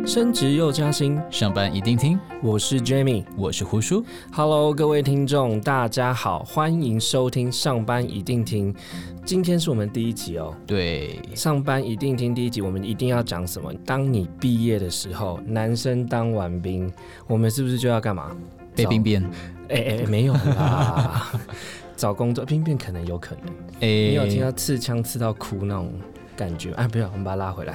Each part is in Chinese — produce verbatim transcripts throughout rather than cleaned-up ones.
升职又加薪， 上班一定听。 我是 Jamie， 我是胡叔。 Hello， 各位听众，大家好，欢迎收听上班一定听。今天是我们第一集哦。 对， 上班一定听第一集，我们一定要讲什么？当你毕业的时候，男生当完兵，我们是不是就要干嘛？ 被兵变？ 哎哎、欸欸，没有啦。找工作，兵变可能有可能。哎、欸，你有听到刺枪刺到哭那种感觉？哎、啊，不要，我们把它拉回来。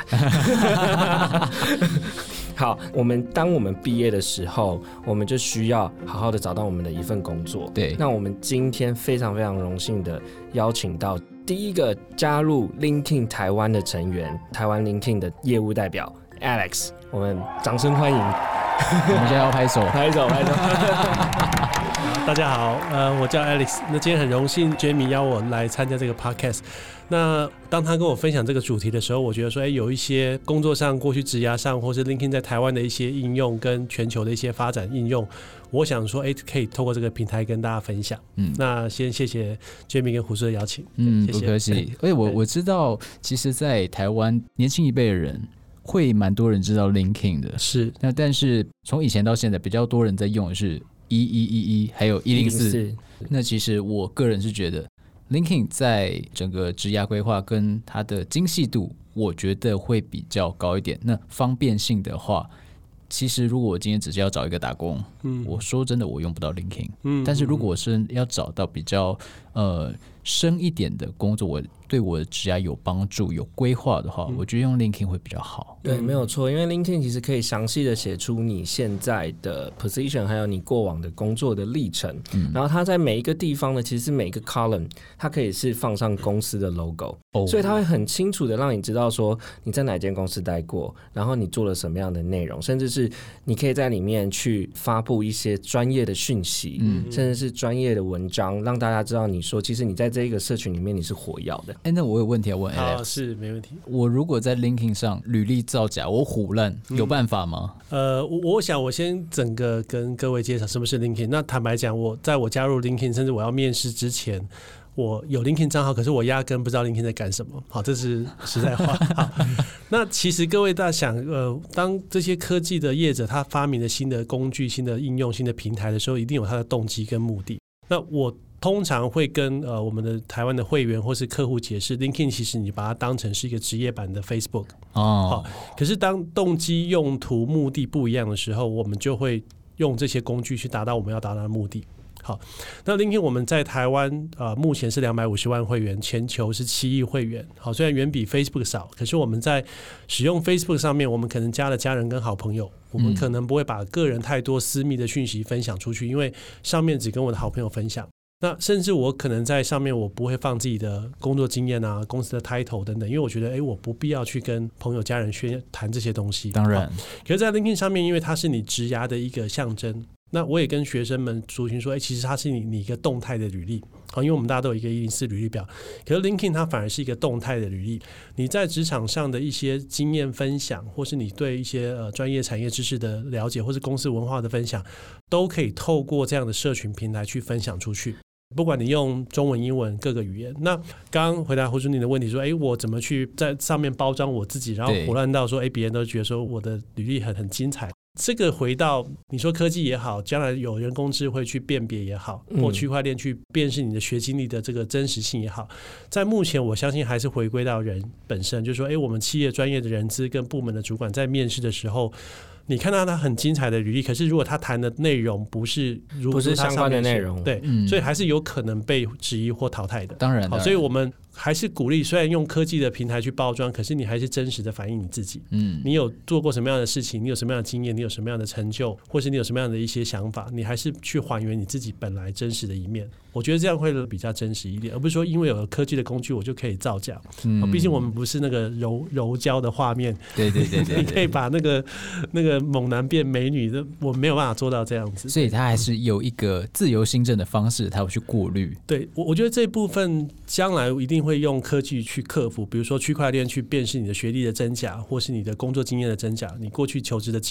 好，我们当我们毕业的时候，我们就需要好好的找到我们的一份工作。 对， 那我们今天非常非常荣幸的邀请到第一个加入 LinkedIn 台湾的成员，台湾 LinkedIn 的业务代表 Alex， 我们掌声欢迎。 我们现在要拍手， 拍手，拍手。 大家好，呃，我叫 Alex。那今天很荣幸 Jamie 邀我来参加这个 podcast。那当他跟我分享这个主题的时候，我觉得说，哎，有一些工作上、过去职涯上，或是 LinkedIn 在台湾的一些应用跟全球的一些发展应用，我想说，哎，可以透过这个平台跟大家分享。嗯，那先谢谢 Jamie 跟胡叔的邀请。 嗯， 谢谢不客气。而且我我知道，其实，在台湾年轻一辈的人。会蛮多人知道 LinkedIn 的， 是。 那但是从以前到现在，比较多人在用的是一一一一，还有一零四。那其实我个人是觉得 LinkedIn 在整个职涯规划跟它的精细度，我觉得会比较高一点。那方便性的话，其实如果我今天只是要找一个打工，嗯，我说真的，我用不到 LinkedIn。嗯，但是如果我是要找到比较呃深一点的工作，我对我的职涯有帮助、有规划的话，嗯、我觉得用 LinkedIn 会比较好。 对，没有错，因为 LinkedIn 其实可以详细的写出你现在的 position， 还有你过往的工作的历程。嗯、然后它在每一个地方呢，其实是每一个 column， 它可以是放上公司的 logo，、哦、所以它会很清楚的让你知道说你在哪间公司待过，然后你做了什么样的内容，甚至是你可以在里面去发布一些专业的讯息，嗯、甚至是专业的文章，让大家知道你说其实你在这个社群里面你是活跃的。 哎，那我有问题要问 Alex。 好，是没问题。 我如果在 LinkedIn 上履历造假，我唬烂，有办法吗？ 嗯、呃，我想我先整个跟各位介绍什么是 LinkedIn。那坦白讲，我在我加入 LinkedIn， 甚至我要面试之前，我有 LinkedIn 账号，可是我压根不知道 LinkedIn 在干什么。好，这是实在话。好，那其实各位大家想，呃，当这些科技的业者他发明了新的工具、新的应用、新的平台的时候，一定有他的动机跟目的。那我通常会跟呃我们的台湾的会员或是客户解释 ，LinkedIn 其实你把它当成是一个职业版的 Facebook 哦。好，可是当动机、用途、目的不一样的时候，我们就会用这些工具去达到我们要达到的目的。好，那 LinkedIn 我们在台湾呃目前是两百五十万会员，全球是七亿会员。好，虽然远比 Facebook 少，可是我们在使用 Facebook 上面，我们可能加了家人跟好朋友，我们可能不会把个人太多私密的讯息分享出去，因为上面只跟我的好朋友分享。那甚至我可能在上面我不会放自己的工作经验啊、公司的 title 等等，因为我觉得哎，我不必要去跟朋友家人宣谈这些东西。 当然， 可是在 LinkedIn 上面，因为它是你职涯的一个象征，那我也跟学生们族群说，哎，其实它是你你一个动态的履历。好，因为我们大家都有一个一零四履历表，可是 LinkedIn 它反而是一个动态的履历。你在职场上的一些经验分享，或是你对一些呃专业产业知识的了解，或是公司文化的分享，都可以透过这样的社群平台去分享出去。不管你用中文、英文各个语言。那刚刚回答胡叔你的问题说，哎，我怎么去在上面包装我自己，然后胡乱到说，哎，别人都觉得说我的履历很很精彩。这个回到你说科技也好，将来有人工智慧去辨别也好，或区块链去辨识你的学经历的这个真实性也好，在目前我相信还是回归到人本身，就是说，哎，我们企业专业的人资跟部门的主管在面试的时候，你看到他很精彩的履历，可是如果他谈的内容不是如不是相关的内容， 对、嗯，所以还是有可能被质疑或淘汰的。 当然， 好，所以我们还是鼓励，虽然用科技的平台去包装，可是你还是真实的反映你自己。嗯，你有做过什么样的事情，你有什么样的经验，你有什么样的成就，或是你有什么样的一些想法，你还是去还原你自己本来真实的一面。我觉得这样会比较真实一点，而不是说因为有了科技的工具我就可以造假。嗯，毕竟我们不是那个柔柔焦的画面。 对对 对, 对, 对， 你可以把那个那个猛男变美女的，我没有办法做到这样子。 所以它还是有一个自由心证的方式，它会去过滤。 对，我我觉得这部分将来一定会用科技去克服，比如说区块链去辨识你的学历的真假，或是你的工作经验的真假，你过去求职的记录，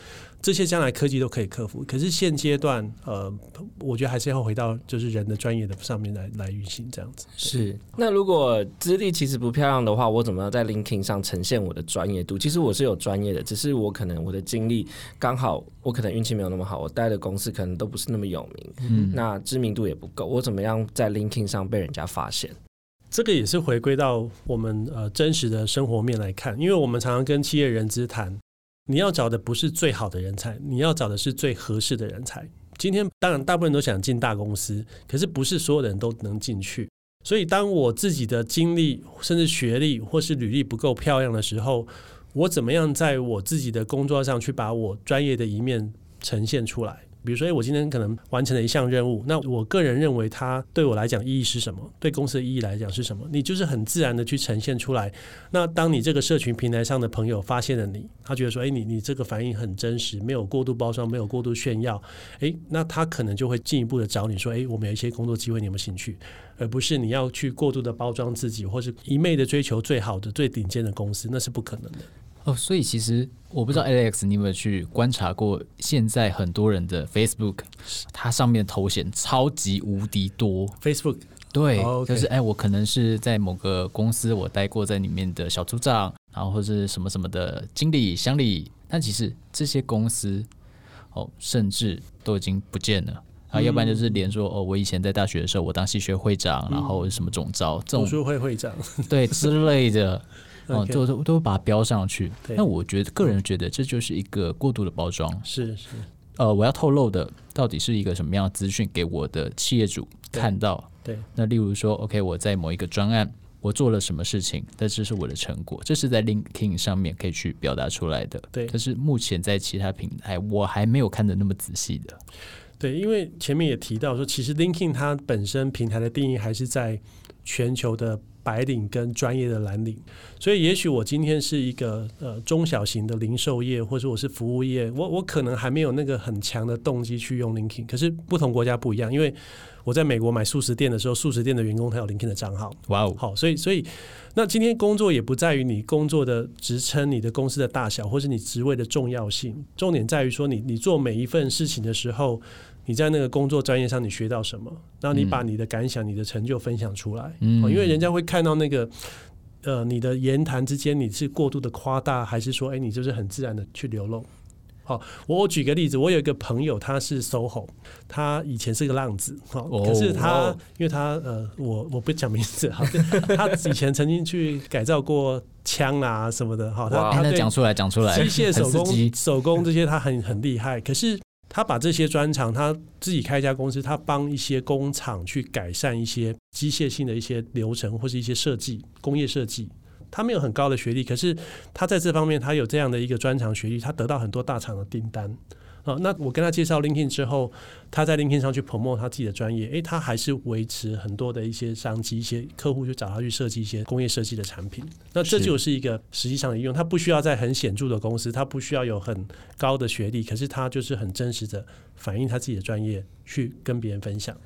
这些将来科技都可以克服。可是现阶段，呃，我觉得还是要回到就是人的专业的上面来来运行这样子。 是。那如果资历其实不漂亮的话，我怎么样在 LinkedIn 上呈现我的专业度？其实我是有专业的，只是我可能我的经历刚好，我可能运气没有那么好，我待的公司可能都不是那么有名，嗯，那知名度也不够，我怎么样在 LinkedIn 上被人家发现？ 这个也是回归到我们呃真实的生活面来看，因为我们常常跟企业人资谈，你要找的不是最好的人才，你要找的是最合适的人才。今天当然大部分人都想进大公司，可是不是所有人都能进去。所以当我自己的经历甚至学历或是履历不够漂亮的时候，我怎么样在我自己的工作上去把我专业的一面呈现出来。比如说我今天可能完成了一项任务，那我个人认为它对我来讲意义是什么，对公司的意义来讲是什么，你就是很自然的去呈现出来。那当你这个社群平台上的朋友发现了你，他觉得说，哎，你你这个反应很真实，没有过度包装，没有过度炫耀，哎，那他可能就会进一步的找你说，哎，我们有一些工作机会，你有没有兴趣？而不是你要去过度的包装自己，或是一昧的追求最好的最顶尖的公司，那是不可能的。 哦，所以其实我不知道 Alex 你有没有去观察过，现在很多人的 Facebook 它上面的头衔超级无敌多。 Facebook 对、 oh, okay. 就是哎，我可能是在某个公司我待过在里面的小组长，然后或是什么什么的经理乡里，但其实这些公司哦，甚至都已经不见了啊，要不然就是连说哦，我以前在大学的时候我当系学会长，然后什么总召这种读书会会长对之类的哦， okay. 都都都把它标上去。那我觉得个人觉得这就是一个过度的包装。 是是， 呃，我要透露的到底是一个什么样的资讯给我的企业主看到？ 对，对那例如说 ，OK， 我在某一个专案我做了什么事情，但这是我的成果，这是在 LinkedIn 上面可以去表达出来的。 对， 但是目前在其他平台我还没有看得那么仔细的。 对，因为前面也提到说，其实 LinkedIn 它本身平台的定义还是在全球的白领跟专业的蓝领，所以也许我今天是一个呃中小型的零售业，或者我是服务业，我我可能还没有那个很强的动机去用 LinkedIn。可是不同国家不一样，因为我在美国买素食店的时候，素食店的员工他有 LinkedIn 的账号。 哇哦， 好，所以所以那今天工作也不在于你工作的职称、你的公司的大小，或是你职位的重要性，重点在于说你你做每一份事情的时候，你在那个工作专业上你学到什么，然后你把你的感想、嗯、你的成就分享出来、嗯哦、因为人家会看到那个呃你的言谈之间你是过度的夸大，还是说哎你就是很自然的去流露。好，我举个例子，我有一个朋友他是 S O H O， 他以前是个浪子、哦、可是他、哦、因为他呃我我不讲名字他以前曾经去改造过枪啊什么的，好，他他讲出来讲出来， 机械手工手工这些他很很厉害，可是他把这些专长，他自己开一家公司，他帮一些工厂去改善一些机械性的一些流程或是一些设计，工业设计。他没有很高的学历，可是他在这方面他有这样的一个专长学历，他得到很多大厂的订单。啊、那我跟他介绍 LinkedIn 之后，他在 LinkedIn 上去 promote 他自己的专业，诶，他还是维持很多的一些商机，一些客户就找他去设计一些工业设计的产品。那这就是一个实际上的应用，他不需要在很显著的公司，他不需要有很高的学历，可是他就是很真实的反映他自己的专业去跟别人分享。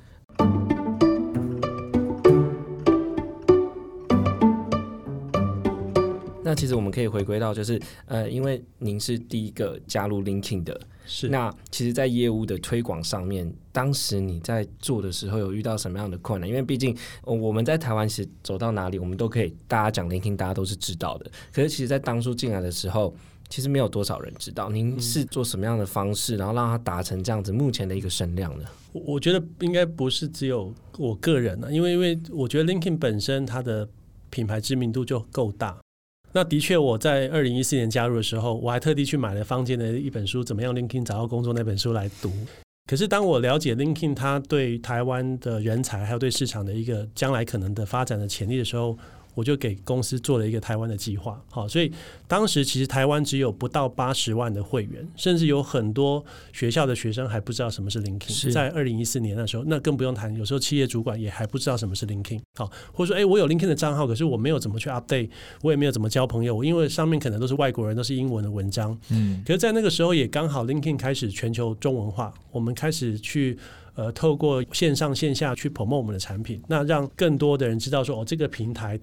那其实我们可以回归到就是呃，因为您是第一个加入 LinkedIn 的， 是那其实在业务的推广上面，当时你在做的时候有遇到什么样的困难？因为毕竟我们在台湾其实走到哪里我们都可以，大家讲 LinkedIn 大家都是知道的，可是其实在当初进来的时候其实没有多少人知道，您是做什么样的方式然后让它达成这样子目前的一个声量呢？ 我觉得应该不是只有我个人、啊、因为因为我觉得 LinkedIn 本身它的品牌知名度就够大。那的确我在二零一四年加入的时候，我还特地去买了坊间的一本书，怎么样 LinkedIn 找到工作那本书来读。可是当我了解 LinkedIn 它对台湾的人才还有对市场的一个将来可能的发展的潜力的时候，我就给公司做了一个台湾的计划。好，所以当时其实台湾只有不到八十万的会员，甚至有很多学校的学生还不知道什么是 LinkedIn。在二零一四年那时候，那更不用谈，有时候企业主管也还不知道什么是 LinkedIn。好，或者说，哎，我有 LinkedIn 的账号，可是我没有怎么去 update， 我也没有怎么交朋友，因为上面可能都是外国人，都是英文的文章。嗯，可是在那个时候也刚好 LinkedIn 开始全球中文化，我们开始去。呃，透过线上线下去 promote 我们的产品，那让更多的人知道说，哦，这个平台它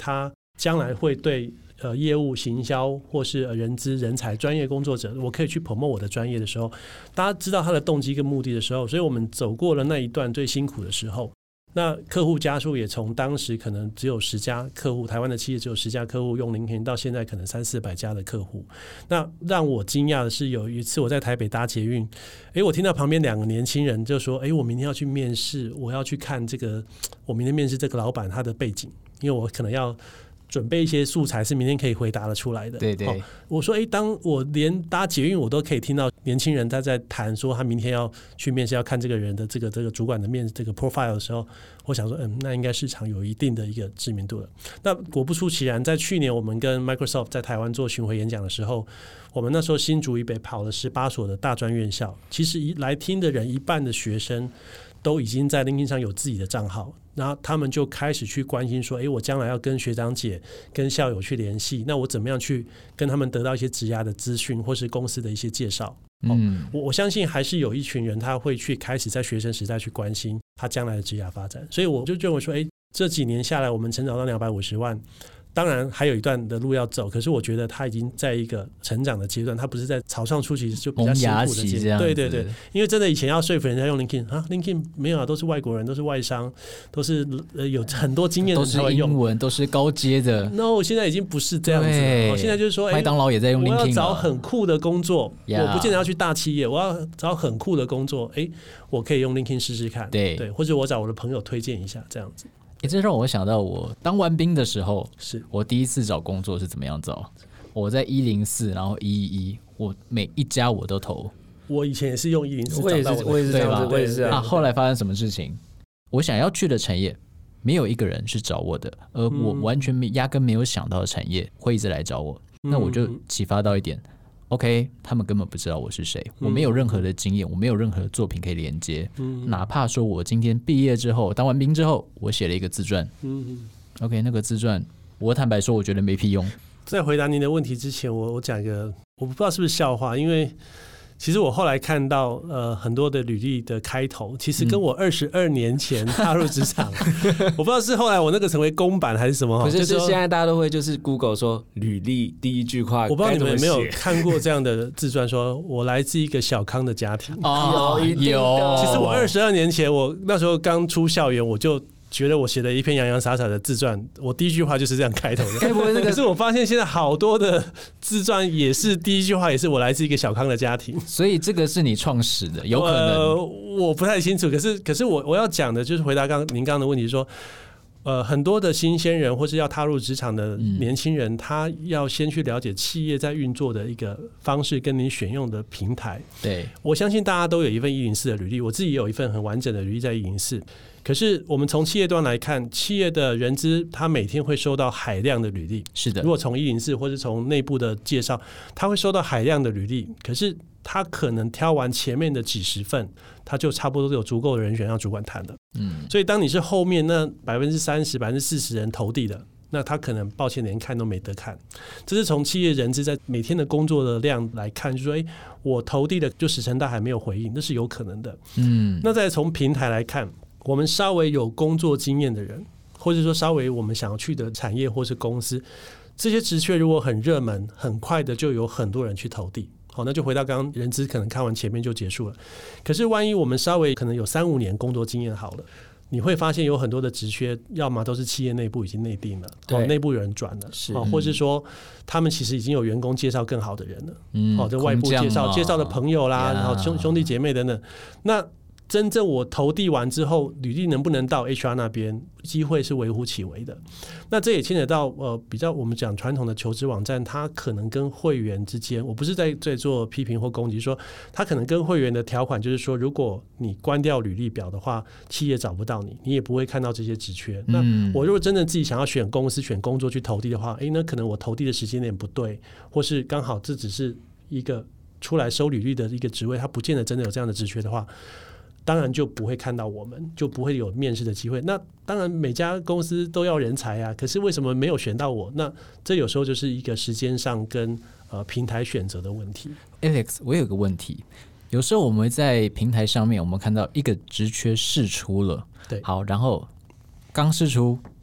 将来会对呃业务、行销或是人资、人才、专业工作者，我可以去 promote 我的专业的时候，大家知道他的动机跟目的的时候，所以我们走过了那一段最辛苦的时候。那客户家数也从当时可能只有十家客户，台湾的企业只有十家客户用LinkedIn，到现在可能三四百家的客户。那让我惊讶的是，有一次我在台北搭捷运，诶，我听到旁边两个年轻人就说：“诶，我明天要去面试，我要去看这个，我明天面试这个老板他的背景，因为我可能要。”准备一些素材是明天可以回答得出来的。 对对、哦， 我说，哎，当我连搭捷运我都可以听到年轻人他在谈说他明天要去面试，要看这个人的这个这个主管的面这个 profile 的时候，我想说，嗯，那应该市场有一定的一个知名度了。那果不出其然，在去年我们跟 Microsoft 在台湾做巡回演讲的时候，我们那时候新竹以北跑了十八所的大专院校，其实来听的人一半的学生都已经在 LinkedIn 上有自己的账号，然后他们就开始去关心说，哎，我将来要跟学长姐、跟校友去联系，那我怎么样去跟他们得到一些职涯的资讯，或是公司的一些介绍？嗯，我我相信还是有一群人他会去开始在学生时代去关心他将来的职涯发展，所以我就认为说，哎，这几年下来，我们成长到两百五十万。当然还有一段的路要走，可是我觉得他已经在一个成长的阶段，他不是在草上初期就比较辛苦的阶段。对对对，因为真的以前要说服人家用 LinkedIn 啊 ，LinkedIn 没有啊，都是外国人，都是外商，都是呃有很多经验的人才会用， 都是英文，都是高阶的。 No， 现在已经不是这样子了。现在就是说， 麦当劳也在用 LinkedIn， 我要找很酷的工作，我不见得要去大企业，我要找很酷的工作，哎，我可以用 LinkedIn 试试看，对对，或者我找我的朋友推荐一下，这样子。 欸、这让我想到我当完兵的时候， 是我第一次找工作是怎么样找？我在一零四，然后一一一，我每一家我都投。 我以前也是用一零四找到的， 我也是这样子，我也是这样。 啊，后来发生什么事情？我想要去的产业，没有一个人是找我的，而我完全没、压根没有想到的产业会一直来找我，嗯、那我就启发到一点。OK， 他们根本不知道我是谁，我没有任何的经验，我没有任何的作品可以连接。嗯、哪怕说我今天毕业之后，当完兵之后，我写了一个自传。嗯、OK， 那个自传，我坦白说，我觉得没屁用。 在回答您的问题之前，我我讲一个，我不知道是不是笑话，因为其实我后来看到呃很多的履历的开头，其实跟我二十二年前踏入职场，嗯、我不知道是后来我那个成为公版还是什么， 可是是现在大家都会就是 Google 说履历第一句话， 我不知道你们有没有看过这样的自传，说我来自一个小康的家庭。 哦，有， 其实我二十二年前，我那时候刚出校园，我就觉得我写了一篇洋洋洒洒的自传，我第一句话就是这样开头的。该不会那个？可是我发现现在好多的自传也是第一句话也是我来自一个小康的家庭， 所以这个是你创始的，有可能、 呃、我不太清楚。可是可是我我要讲的就是回答刚您刚刚的问题说。呃，很多的新鲜人或是要踏入职场的年轻人、嗯、他要先去了解企业在运作的一个方式跟你选用的平台。 对， 我相信大家都有一份一零四的履历，我自己也有一份很完整的履历在一零四。可是我们从企业端来看，企业的人资他每天会收到海量的履历。 是的， 如果从一零四或是从内部的介绍，他会收到海量的履历，可是他可能挑完前面的几十份，他就差不多有足够的人选让主管谈的。嗯，所以当你是后面那百分之三十、百分之四十人投递的，那他可能抱歉连看都没得看。这是从企业人资在每天的工作的量来看，就说，哎，我投递的就石沉大海没有回应，那是有可能的。嗯，那再从平台来看，我们稍微有工作经验的人，或者说稍微我们想要去的产业或是公司，这些职缺如果很热门，很快的就有很多人去投递。好，那就回到刚刚人资可能看完前面就结束了。可是万一我们稍微可能有三五年工作经验好了，你会发现有很多的职缺，要么都是企业内部已经内定了，对，内部有人转了，是，或是说他们其实已经有员工介绍更好的人了，嗯，好，就外部介绍、介绍的朋友啦，然后兄兄弟姐妹等等，那。真正我投递完之后，履历能不能到 H R 那边，机会是微乎其微的。那这也牵扯到呃，比较我们讲传统的求职网站，它可能跟会员之间，我不是在在做批评或攻击，说它可能跟会员的条款就是说，如果你关掉履历表的话，企业找不到你，你也不会看到这些职缺。那我如果真的自己想要选公司、选工作去投递的话，诶，那可能我投递的时间点不对，或是刚好这只是一个出来收履历的一个职位，它不见得真的有这样的职缺的话。当然就不会看到我们，就不会有面试的机会。那当然每家公司都要人才啊，可是为什么没有选到我？那这有时候就是一个时间上跟呃平台选择的问题。 Alex， 我有个问题，有时候我们在平台上面，我们看到一个职缺释出了， 对， 好，然后刚释出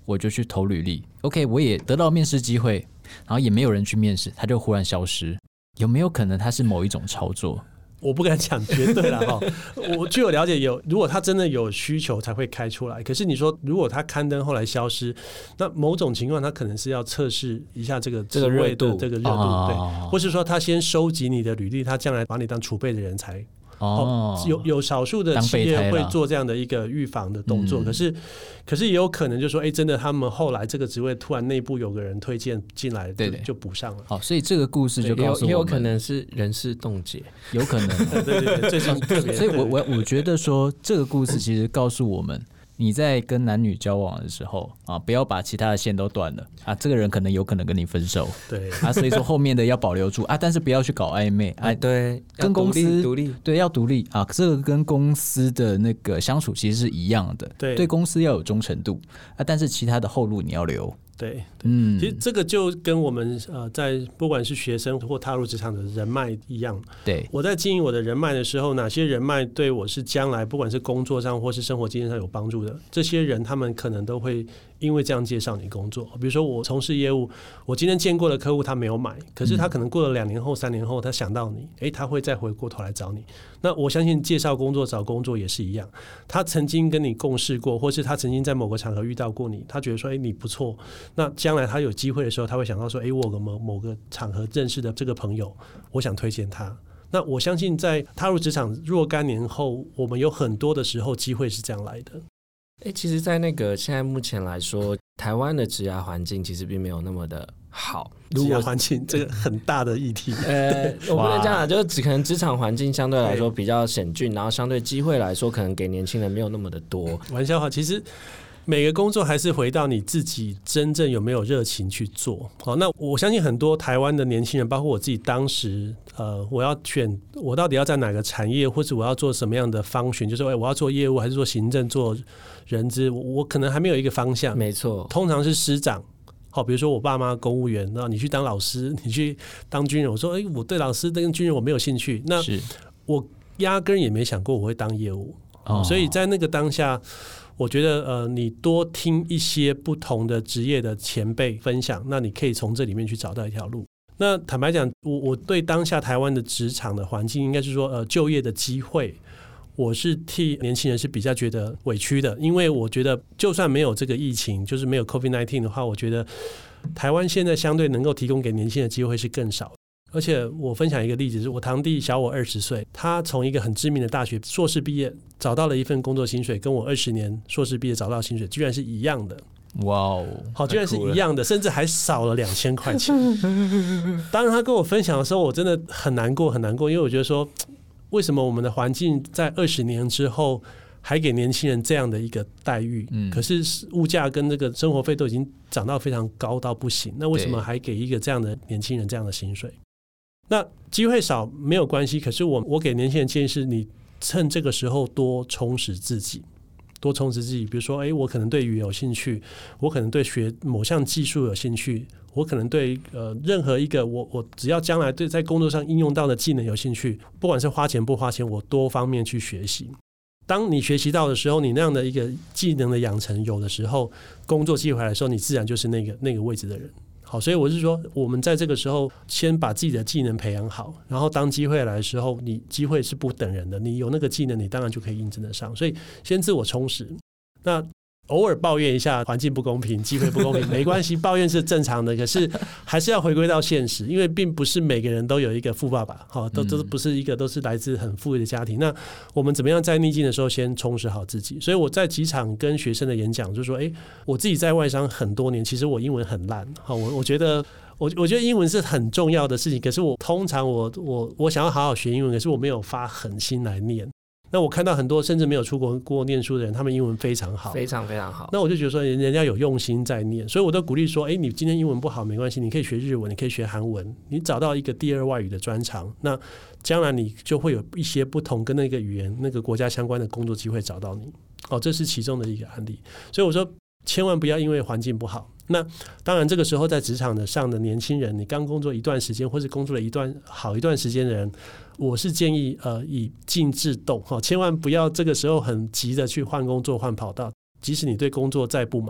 我就去投履历 ，OK， 我也得到面试机会，然后也没有人去面试，他就忽然消失，有没有可能他是某一种操作？ 我不敢讲绝对啦哈，我据我了解有，如果他真的有需求才会开出来。可是你说，如果他刊登后来消失，那某种情况他可能是要测试一下这个职位的这个热度， 哦、 对，或是说他先收集你的履历，他将来把你当储备的人才。哦，有有少数的企业会做这样的一个预防的动作，可是可是也有可能就是说，哎，真的他们后来这个职位突然内部有个人推荐进来，对对，就补上了。 好，所以这个故事就告诉我们， 也有可能是人事冻结， 有可能， 对对对，最近特别。 所以我我我觉得说，这个故事其实告诉我们。你在跟男女交往的时候啊，不要把其他的线都断了啊，这个人可能有可能跟你分手， 对啊，所以说后面的要保留住啊，但是不要去搞暧昧啊， 对， 跟公司独立， 对，要独立啊，这个跟公司的那个相处其实是一样的， 对， 对公司要有忠诚度啊，但是其他的后路你要留。 对，嗯，其实这个就跟我们呃，在不管是学生或踏入职场的人脉一样。 对， 我在经营我的人脉的时候，哪些人脉对我是将来不管是工作上或是生活经验上有帮助的，这些人他们可能都会因为这样介绍你工作。比如说我从事业务，我今天见过的客户他没有买，可是他可能过了两年后、三年后，他想到你，哎，他会再回过头来找你。那我相信介绍工作、找工作也是一样，他曾经跟你共事过，或是他曾经在某个场合遇到过你，他觉得说，哎，你不错。那将来他有机会的时候，他会想到说，哎，我有个某某个场合认识的这个朋友，我想推荐他。那我相信在踏入职场若干年后，我们有很多的时候机会是这样来的。 欸、其实在那个现在目前来说，台湾的职涯环境其实并没有那么的好。 职涯环境这个很大的议题， 呃，我不能这样讲，就是只可能职场环境相对来说比较险峻，然后相对机会来说，可能给年轻人没有那么的多。 玩笑话，其实每个工作还是回到你自己真正有没有热情去做。好，那我相信很多台湾的年轻人，包括我自己，当时呃，我要选我到底要在哪个产业，或者我要做什么样的方选，就是我要做业务还是做行政、做人资，我可能还没有一个方向。 没错， 通常是师长。好，比如说我爸妈公务员，然后你去当老师，你去当军人，我说，哎，我对老师跟军人我没有兴趣，那我压根也没想过我会当业务。哦，所以在那个当下，我觉得呃，你多听一些不同的职业的前辈分享，那你可以从这里面去找到一条路。那坦白讲，我我对当下台湾的职场的环境，应该是说呃，就业的机会，我是替年轻人是比较觉得委屈的，因为我觉得就算没有这个疫情，就是没有 COVID 十九 的话，我觉得台湾现在相对能够提供给年轻人的机会是更少。而且我分享一个例子，是我堂弟小我二十岁，他从一个很知名的大学硕士毕业，找到了一份工作薪水，跟我二十年硕士毕业找到的薪水居然是一样的。 哇哦， 好，居然是一样的，甚至还少了两千块钱。当然他跟我分享的时候，我真的很难过很难过，因为我觉得说，为什么我们的环境在二十年之后还给年轻人这样的一个待遇？嗯，可是物价跟这个生活费都已经涨到非常高到不行，那为什么还给一个这样的年轻人这样的薪水？那机会少没有关系，可是我我给年轻人建议是，你趁这个时候多充实自己，多充实自己。比如说，哎，我可能对语言有兴趣，我可能对学某项技术有兴趣，我可能对呃任何一个我我只要将来对在工作上应用到的技能有兴趣，不管是花钱不花钱，我多方面去学习。当你学习到的时候，你那样的一个技能的养成有的时候，工作机会来的时候，你自然就是那个那个位置的人。好，所以我是说，我们在这个时候先把自己的技能培养好，然后当机会来的时候，你机会是不等人的，你有那个技能，你当然就可以应征得上。所以先自我充实，那偶尔抱怨一下环境不公平、机会不公平没关系，抱怨是正常的。可是还是要回归到现实，因为并不是每个人都有一个富爸爸，好，都都不是一个都是来自很富裕的家庭。那我们怎么样在逆境的时候先充实好自己？所以我在几场跟学生的演讲就说，哎，我自己在外商很多年，其实我英文很烂，好，我我觉得。我我觉得英文是很重要的事情，可是我通常我我我想要好好学英文，可是我没有发狠心来念。那我看到很多甚至没有出国过念书的人，他们英文非常好， 非常非常好。 那我就觉得说，人家有用心在念，所以我都鼓励说，哎，你今天英文不好没关系，你可以学日文，你可以学韩文，你找到一个第二外语的专长，那将来你就会有一些不同跟那个语言、那个国家相关的工作机会找到你。哦，这是其中的一个案例。所以我说，千万不要因为环境不好。那当然，这个时候在职场的上的年轻人，你刚工作一段时间，或是工作了一段好一段时间的人，我是建议呃以静制动，哈，千万不要这个时候很急的去换工作、换跑道。即使你对工作再不满，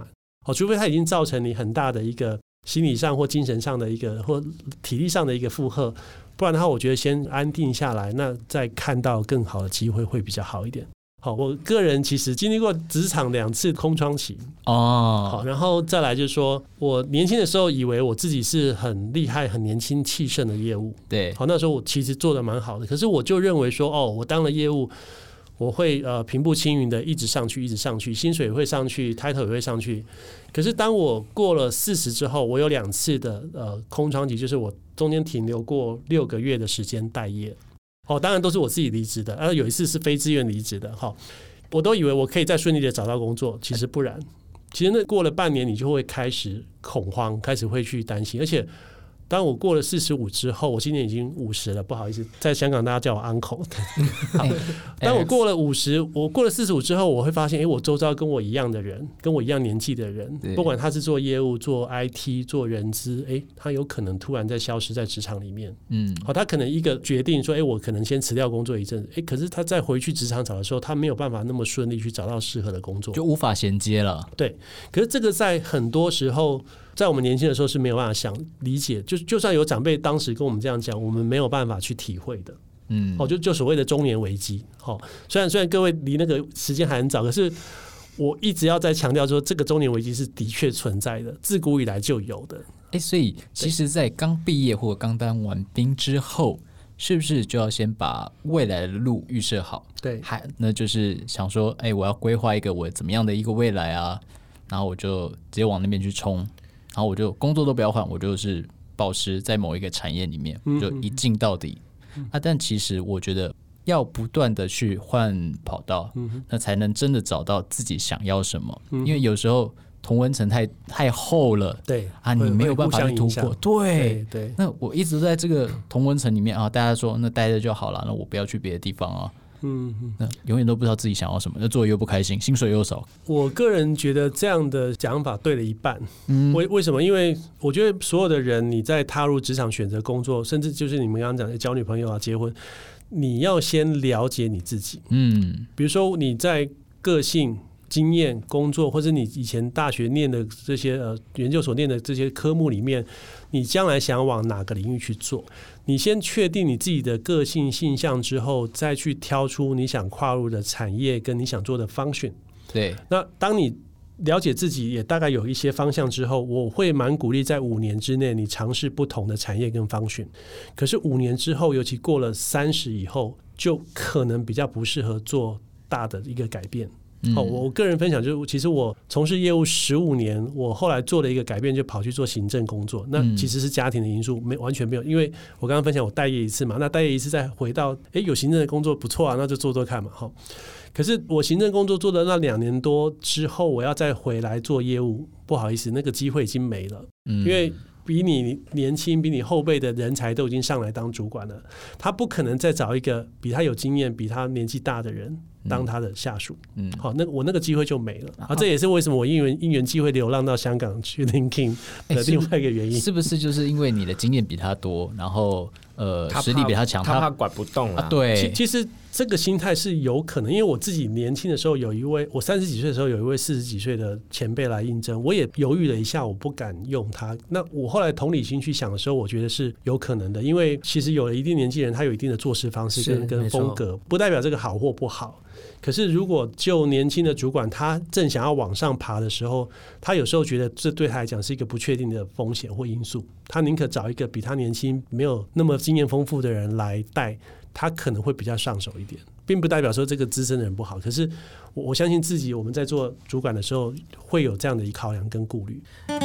哦，除非它已经造成你很大的一个心理上或精神上的一个或体力上的一个负荷，不然的话我觉得先安定下来，那再看到更好的机会会比较好一点。好，我个人其实经历过职场两次空窗期哦，好，然后再来就是说我年轻的时候以为我自己是很厉害很年轻气盛的业务， 对， 好，那时候我其实做的蛮好的，可是我就认为说哦，我当了业务我会呃平步青云的一直上去一直上去，薪水也会上去 title 也会上去，可是当我过了四十之后，我有两次的呃空窗期，就是我中间停留过六个月的时间待业。哦，当然都是我自己离职的，而有一次是非自愿离职的。哈，我都以为我可以再顺利的找到工作，其实不然。其实那过了半年，你就会开始恐慌，开始会去担心。而且，当我过了四十五之后，我今年已经五十了，不好意思，在香港大家叫我 uncle。当我过了五十，我过了四十五之后，我会发现，哎，我周遭跟我一样的人，跟我一样年纪的人，不管他是做业务、做 I T、做人资，哎，他有可能突然在消失在职场里面。嗯，好，他可能一个决定说，哎，我可能先辞掉工作一阵子，哎，可是他再回去职场找的时候，他没有办法那么顺利去找到适合的工作， 就无法衔接了。 对，可是这个在很多时候。在我们年轻的时候是没有办法想理解，就就算有长辈当时跟我们这样讲，我们没有办法去体会的。嗯，哦，就就所谓的中年危机。哦，虽然虽然各位离那个时间还很早，可是我一直要在强调说，这个中年危机是的确存在的，自古以来就有的。 哎，所以其实，在刚毕业或刚当完兵之后，是不是就要先把未来的路预设好？ 对， 还那就是想说，哎，我要规划一个我怎么样的一个未来啊，然后我就直接往那边去冲。然后我就工作都不要换，我就是保持在某一个产业里面，就一进到底。嗯、啊，但其实我觉得要不断的去换跑道，嗯、那才能真的找到自己想要什么。嗯、因为有时候同温层太太厚了， 对啊，你没有办法去突破。 对 对, 对， 那我一直在这个同温层里面啊，大家说那待着就好了，那我不要去别的地方啊。嗯，那永远都不知道自己想要什么，那做又不开心，薪水又少。 我个人觉得这样的讲法对了一半。嗯，为为什么？因为我觉得所有的人，你在踏入职场、选择工作，甚至就是你们刚刚讲的交女朋友啊、结婚，你要先了解你自己。嗯，比如说你在个性、经验、工作，或者你以前大学念的这些呃研究所念的这些科目里面，你将来想往哪个领域去做？你先确定你自己的个性性向之后，再去挑出你想跨入的产业跟你想做的function。 对， 那当你了解自己也大概有一些方向之后，我会蛮鼓励在五年之内你尝试不同的产业跟function。可是五年之后，尤其过了三十以后，就可能比较不适合做大的一个改变。嗯哦、我个人分享就是，其实我从事业务十五年，我后来做了一个改变，就跑去做行政工作。那其实是家庭的因素，没完全没有，因为我刚刚分享我待业一次嘛，那待业一次再回到，哎，有行政的工作不错啊，那就做做看嘛。哈，可是我行政工作做了那两年多之后，我要再回来做业务，不好意思，那个机会已经没了，嗯、因为。比你年轻、比你后辈的人才都已经上来当主管了，他不可能再找一个比他有经验、比他年纪大的人当他的下属。嗯，好，那我那个机会就没了。啊，这也是为什么我因缘因缘机会流浪到香港去 LinkedIn 的另外一个原因。 欸、是不是就是因为你的经验比他多，然后呃实力比他强， 他怕管不动了、啊？ 对， 其其实。这个心态是有可能，因为我自己年轻的时候有一位，我三十几岁的时候有一位四十几岁的前辈来应征，我也犹豫了一下，我不敢用他。那我后来同理心去想的时候，我觉得是有可能的，因为其实有了一定年纪人，他有一定的做事方式跟跟风格，不代表这个好或不好。可是如果就年轻的主管，他正想要往上爬的时候，他有时候觉得这对他来讲是一个不确定的风险或因素，他宁可找一个比他年轻、没有那么经验丰富的人来带。他可能会比较上手一点，并不代表说这个资深的人不好。可是我我相信自己，我们在做主管的时候会有这样的一考量跟顾虑。呃，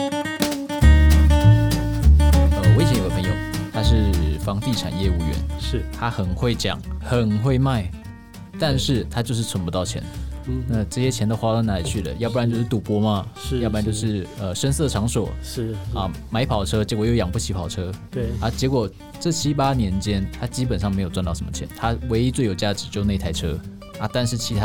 我以前有个朋友，他是房地产业务员， 是他很会讲，很会卖，但是他就是存不到钱。嗯，那这些钱都花到哪里去了？要不然就是赌博嘛， 是； 要不然就是呃声色场所， 是啊，买跑车，结果又养不起跑车， 对啊，结果这七八年间，他基本上没有赚到什么钱，他唯一最有价值就那台车啊，但是其他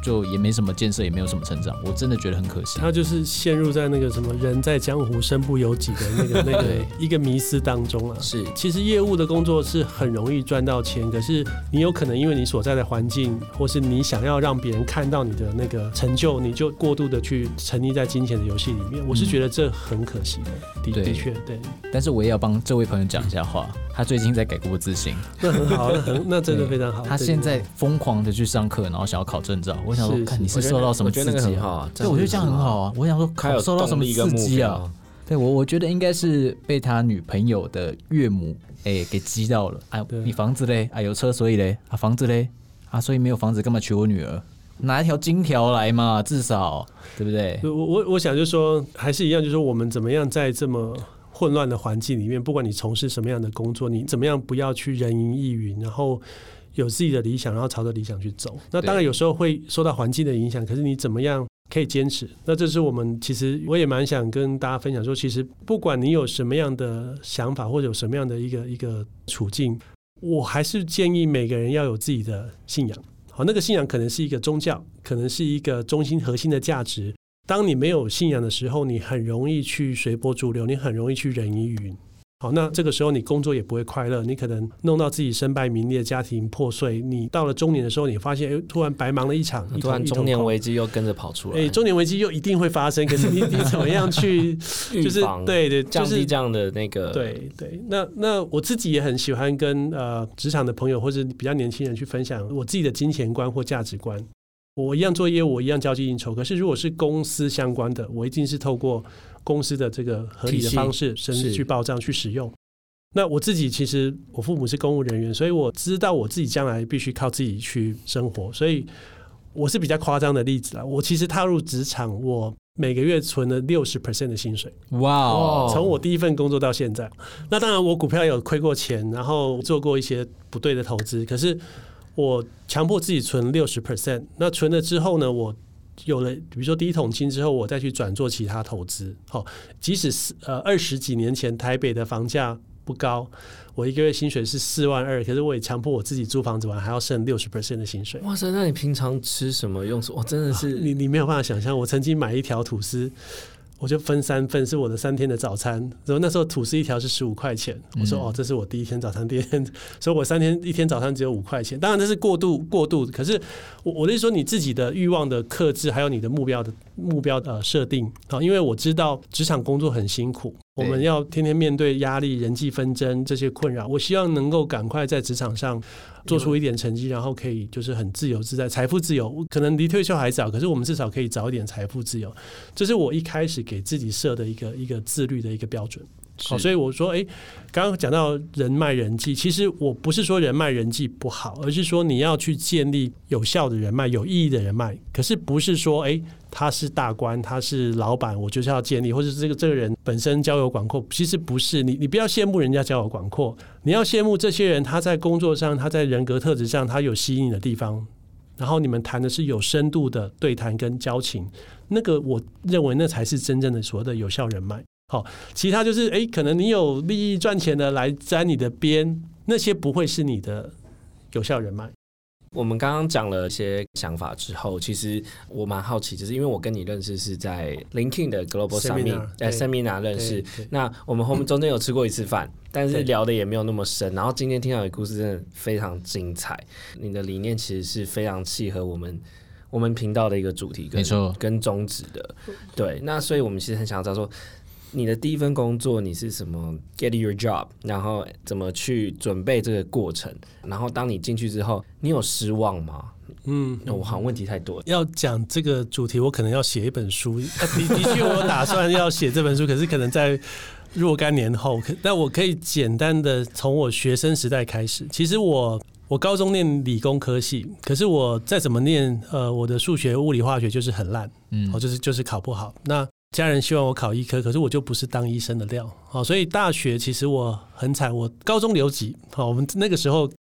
就也没什么建设，也没有什么成长，我真的觉得很可惜。 他就是陷入在那个什么人在江湖身不由己的那个那个一个迷思当中啊。 是， 其实业务的工作是很容易赚到钱，可是你有可能因为你所在的环境，或是你想要让别人看到你的那个成就，你就过度的去沉溺在金钱的游戏里面。我是觉得这很可惜的，的的确对。 但是我也要帮这位朋友讲一下话，他最近在改过自新， 那很好，那很那真的非常好。 他现在疯狂的去上课，然后想要考证照。我想说，看你是受到什么刺激啊？ 对，我觉得这样很好啊。我想说，考受到什么刺激啊？对我，我觉得应该是被他女朋友的岳母哎、欸、给激到了。哎、啊，你房子嘞？啊，有车所以嘞？啊，房子嘞？啊，所以没有房子干嘛娶我女儿？拿一条金条来嘛，至少对不对？ 我我我想就说，还是一样，就是说我们怎么样在这么混乱的环境里面，不管你从事什么样的工作，你怎么样不要去人云亦云，然后有自己的理想，然后朝着理想去走。那当然有时候会受到环境的影响，可是你怎么样可以坚持？那这是我们其实我也蛮想跟大家分享说，其实不管你有什么样的想法或者有什么样的一个一个处境，我还是建议每个人要有自己的信仰。好，那个信仰可能是一个宗教，可能是一个中心核心的价值。当你没有信仰的时候，你很容易去随波逐流，你很容易去人云亦云。好，那这个时候你工作也不会快乐，你可能弄到自己身败名裂，家庭破碎。你到了中年的时候，你发现哎，突然白忙了一场， 突然中年危机又跟着跑出来。 哎，中年危机又一定会发生，可是你你怎么样去就是对对， 降低这样的那个对对。那那我自己也很喜欢跟呃职场的朋友或者比较年轻人去分享我自己的金钱观或价值观。我一样做业务，我一样交际应酬，可是如果是公司相关的，我一定是透过公司的这个合理的方式，甚至去报账去使用。那我自己其实我父母是公务人员，所以我知道我自己将来必须靠自己去生活，所以我是比较夸张的例子啦。我其实踏入职场，我每个月存了 百分之六十 的薪水。 哇、wow ！ 从我第一份工作到现在，那当然我股票有亏过钱，然后做过一些不对的投资，可是我强迫自己存 百分之六十。 那存了之后呢，我有了比如说第一桶金之后，我再去转做其他投资。好，即使呃二十几年前台北的房价不高，我一个月薪水是四万二，可是我也强迫我自己租房子玩，还要剩 百分之六十 的薪水。 哇塞，那你平常吃什么用什么？我真的是、 啊、你你没有办法想象，我曾经买一条吐司，我就分三份，是我的三天的早餐。然后那时候吐司一条是十五块钱，我说、嗯、哦，这是我第一天早餐，第一天，所以我三天一天早餐只有五块钱。当然这是过度过度，可是我我的意思说，你自己的欲望的克制，还有你的目标的目标的设定啊，因为我知道职场工作很辛苦，我们要天天面对压力、人际纷争这些困扰。我希望能够赶快在职场上做出一点成绩，然后可以就是很自由自在，财富自由。可能离退休还早，可是我们至少可以早一点财富自由。这是我一开始给自己设的一个一个自律的一个标准。好，所以我说，哎，刚刚讲到人脉人际，其实我不是说人脉人际不好，而是说你要去建立有效的人脉、有意义的人脉。可是不是说，哎，他是大官，他是老板，我就是要建立，或者是这个这个人本身交友广阔，其实不是。你你不要羡慕人家交友广阔，你要羡慕这些人，他在工作上，他在人格特质上，他有吸引你的地方。然后你们谈的是有深度的对谈跟交情，那个我认为那才是真正的所谓的有效人脉。好，其他就是哎，可能你有利益赚钱的来沾你的边，那些不会是你的有效人脉。 我们刚刚讲了一些想法之后，其实我蛮好奇，就是因为我跟你认识是在 LinkedIn 的 Global Summit 在 Seminar 认识，那我们后面中间有吃过一次饭，但是聊的也没有那么深。然后今天听到你的故事真的非常精彩，你的理念其实是非常契合我们我们频道的一个主题跟没错跟宗旨的。对，那所以我们其实很想知道说，你的第一份工作你是什么 get your job， 然后怎么去准备这个过程，然后当你进去之后你有失望吗？嗯，我好像问题太多了。 要讲这个主题我可能要写一本书，的的确我有打算要写这本书，可是可能在若干年后，但我可以简单的从我学生时代开始。其实我我高中念理工科系，可是我再怎么念呃我的数学物理化学就是很烂，嗯，我就是就是考不好。那家人希望我考医科，可是我就不是当医生的料，所以大学其实我很惨，我高中留级，我们那个时候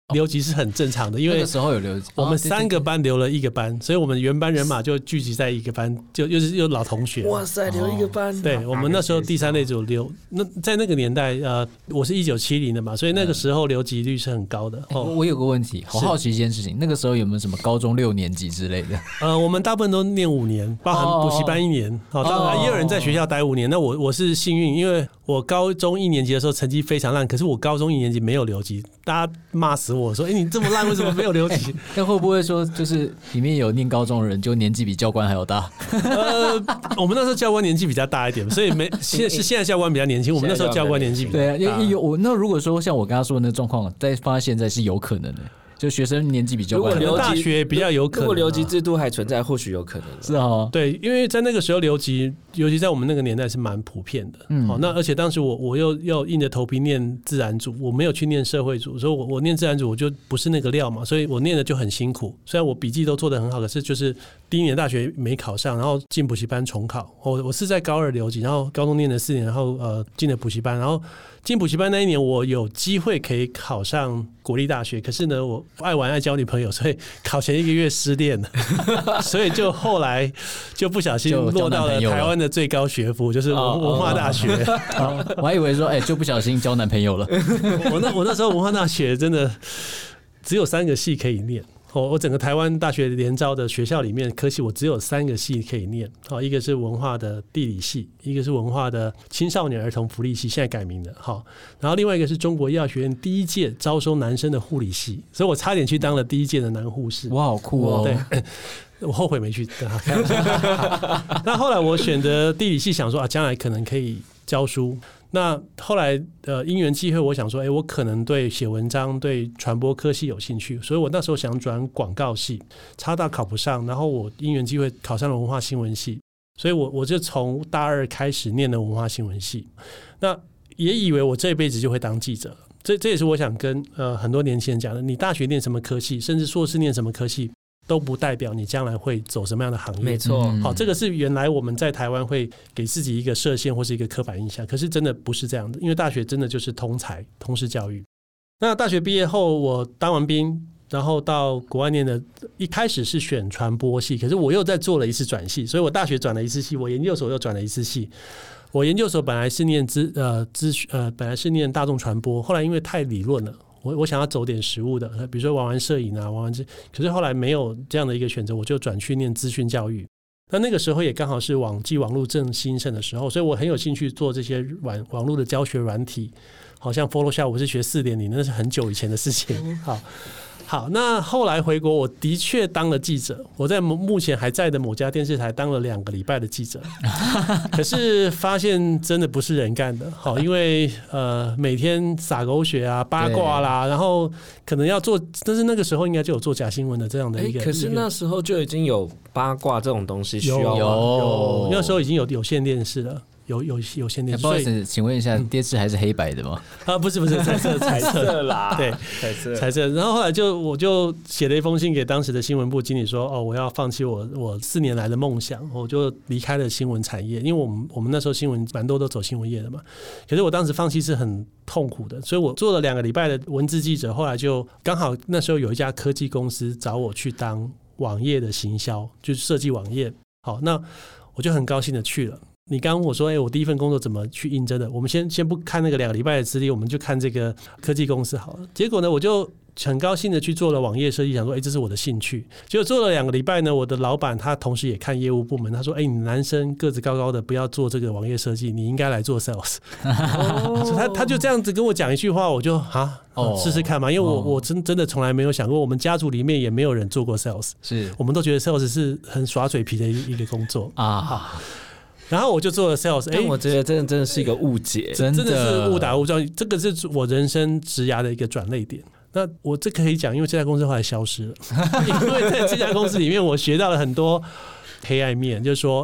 留级是很正常的，因为那个时候有留级， 我们三个班留了一个班，所以我们原班人马就聚集在一个班，就又是又老同学。 哇塞，留一个班！ 哦、对，我们那时候第三类组留，那在那个年代，呃，我是一九七零的嘛，所以那个时候留级率是很高的。 哦，我有个问题，好好奇一件事情，那个时候有没有什么高中六年级之类的？ 呃，我们大部分都念五年，包含补习班一年，好、哦，当然也有人在学校待五年。那我我是幸运，因为我高中一年级的时候成绩非常烂，可是我高中一年级没有留级，大家骂死我说：“哎、欸，你这么烂，为什么没有留级？” 那会不会说，就是里面有念高中的人，就年纪比教官还要大？ 呃，我们那时候教官年纪比较大一点，所以没现是现在教官比较年轻，我们那时候教官年纪比较大。 对啊，有我那如果说像我刚刚说的那状况，再放在现在是有可能的。就学生年纪比较高， 如果大学比较有可能、啊， 如果留级制度还存在，或许有可能。 是啊， 对，因为在那个时候留级，尤其在我们那个年代是蛮普遍的。嗯，好，那而且当时我我又要硬着头皮念自然组，我没有去念社会组，所以我我念自然组我就不是那个料嘛，所以我念的就很辛苦。虽然我笔记都做得很好，可是就是第一年大学没考上，然后进补习班重考。我我是在高二留级，然后高中念了四年，然后呃进了补习班，然后。进补习班那一年，我有机会可以考上国立大学，可是呢，我爱玩爱交女朋友，所以考前一个月失恋了，所以就后来就不小心落到了台湾的最高学府，就是文文化大学。 哦、我还以为说，哎、欸，就不小心交男朋友了。 我那我那时候文化大学真的只有三个系可以念。我整个台湾大学联招的学校里面，科系我只有三个系可以念，一个是文化的地理系，一个是文化的青少年儿童福利系，现在改名了，然后另外一个是中国医药学院第一届招收男生的护理系，所以我差点去当了第一届的男护士。 哇，好酷哦！ 对。我后悔没去，那后来我选择地理系，想说啊，将来可能可以教书。那后来呃因缘际会，我想说，哎、欸，我可能对写文章、对传播科系有兴趣，所以我那时候想转广告系，差大考不上，然后我因缘际会考上了文化新闻系，所以我我就从大二开始念了文化新闻系。那也以为我这辈子就会当记者，这这也是我想跟呃很多年轻人讲的，你大学念什么科系，甚至硕士念什么科系。都不代表你将来会走什么样的行业， 没错。 好，这个是原来我们在台湾会给自己一个设限或是一个刻板印象，可是真的不是这样的，因为大学真的就是通才、通识教育。那大学毕业后，我当完兵，然后到国外念的，一开始是选传播系，可是我又再做了一次转系，所以我大学转了一次系，我研究所又转了一次系。我研究所本来是念资呃资呃本来是念大众传播，后来因为太理论了。我我想要走点实务的，比如说玩玩摄影啊，玩玩这，可是后来没有这样的一个选择，我就转去念资讯教育。那那个时候也刚好是网际网络正兴盛的时候，所以我很有兴趣做这些网网络的教学软体，好像 Photoshop 我是学 四点零， 那是很久以前的事情。好。好，那后来回国，我的确当了记者。我在目前还在的某家电视台当了两个礼拜的记者，可是发现真的不是人干的。好，因为呃每天撒狗血啊、八卦啦，然后可能要做，但是那个时候应该就有做假新闻的这样的一个。 欸、可是那时候就已经有八卦这种东西需要有有，那时候已经有有线电视了。有有有线电视， 不好意思，请问一下，电视还是黑白的吗？ 啊，不是不是，彩色彩色啦， 对， 彩色彩色。然后后来就我就写了一封信给当时的新闻部经理说，哦，我要放弃我我四年来的梦想，我就离开了新闻产业，因为我们我们那时候新闻蛮多都走新闻业的嘛。可是我当时放弃是很痛苦的，所以我做了两个礼拜的文字记者，后来就刚好那时候有一家科技公司找我去当网页的行销，就是设计网页。好，那我就很高兴的去了。你刚刚我说，哎、欸，我第一份工作怎么去应征的？我们先先不看那个两个礼拜的资历，我们就看这个科技公司好了。结果呢，我就很高兴的去做了网页设计，想说，哎、欸，这是我的兴趣。结果做了两个礼拜呢，我的老板他同时也看业务部门，他说，哎、欸，你男生个子高高的，不要做这个网页设计，你应该来做 sales。哦、他他就这样子跟我讲一句话，我就啊，试试看嘛，因为我、哦、我真真的从来没有想过，我们家族里面也没有人做过 sales， 是我们都觉得 sales 是很耍嘴皮的一个工作啊。然后我就做了 sales， 哎、欸， 我觉得真的真的是一个误解， 真的是误打误撞。这个是我人生职涯的一个转捩点。那我这可以讲，因为这家公司后来消失了，因为在这家公司里面，我学到了很多黑暗面，就是说，哎、欸，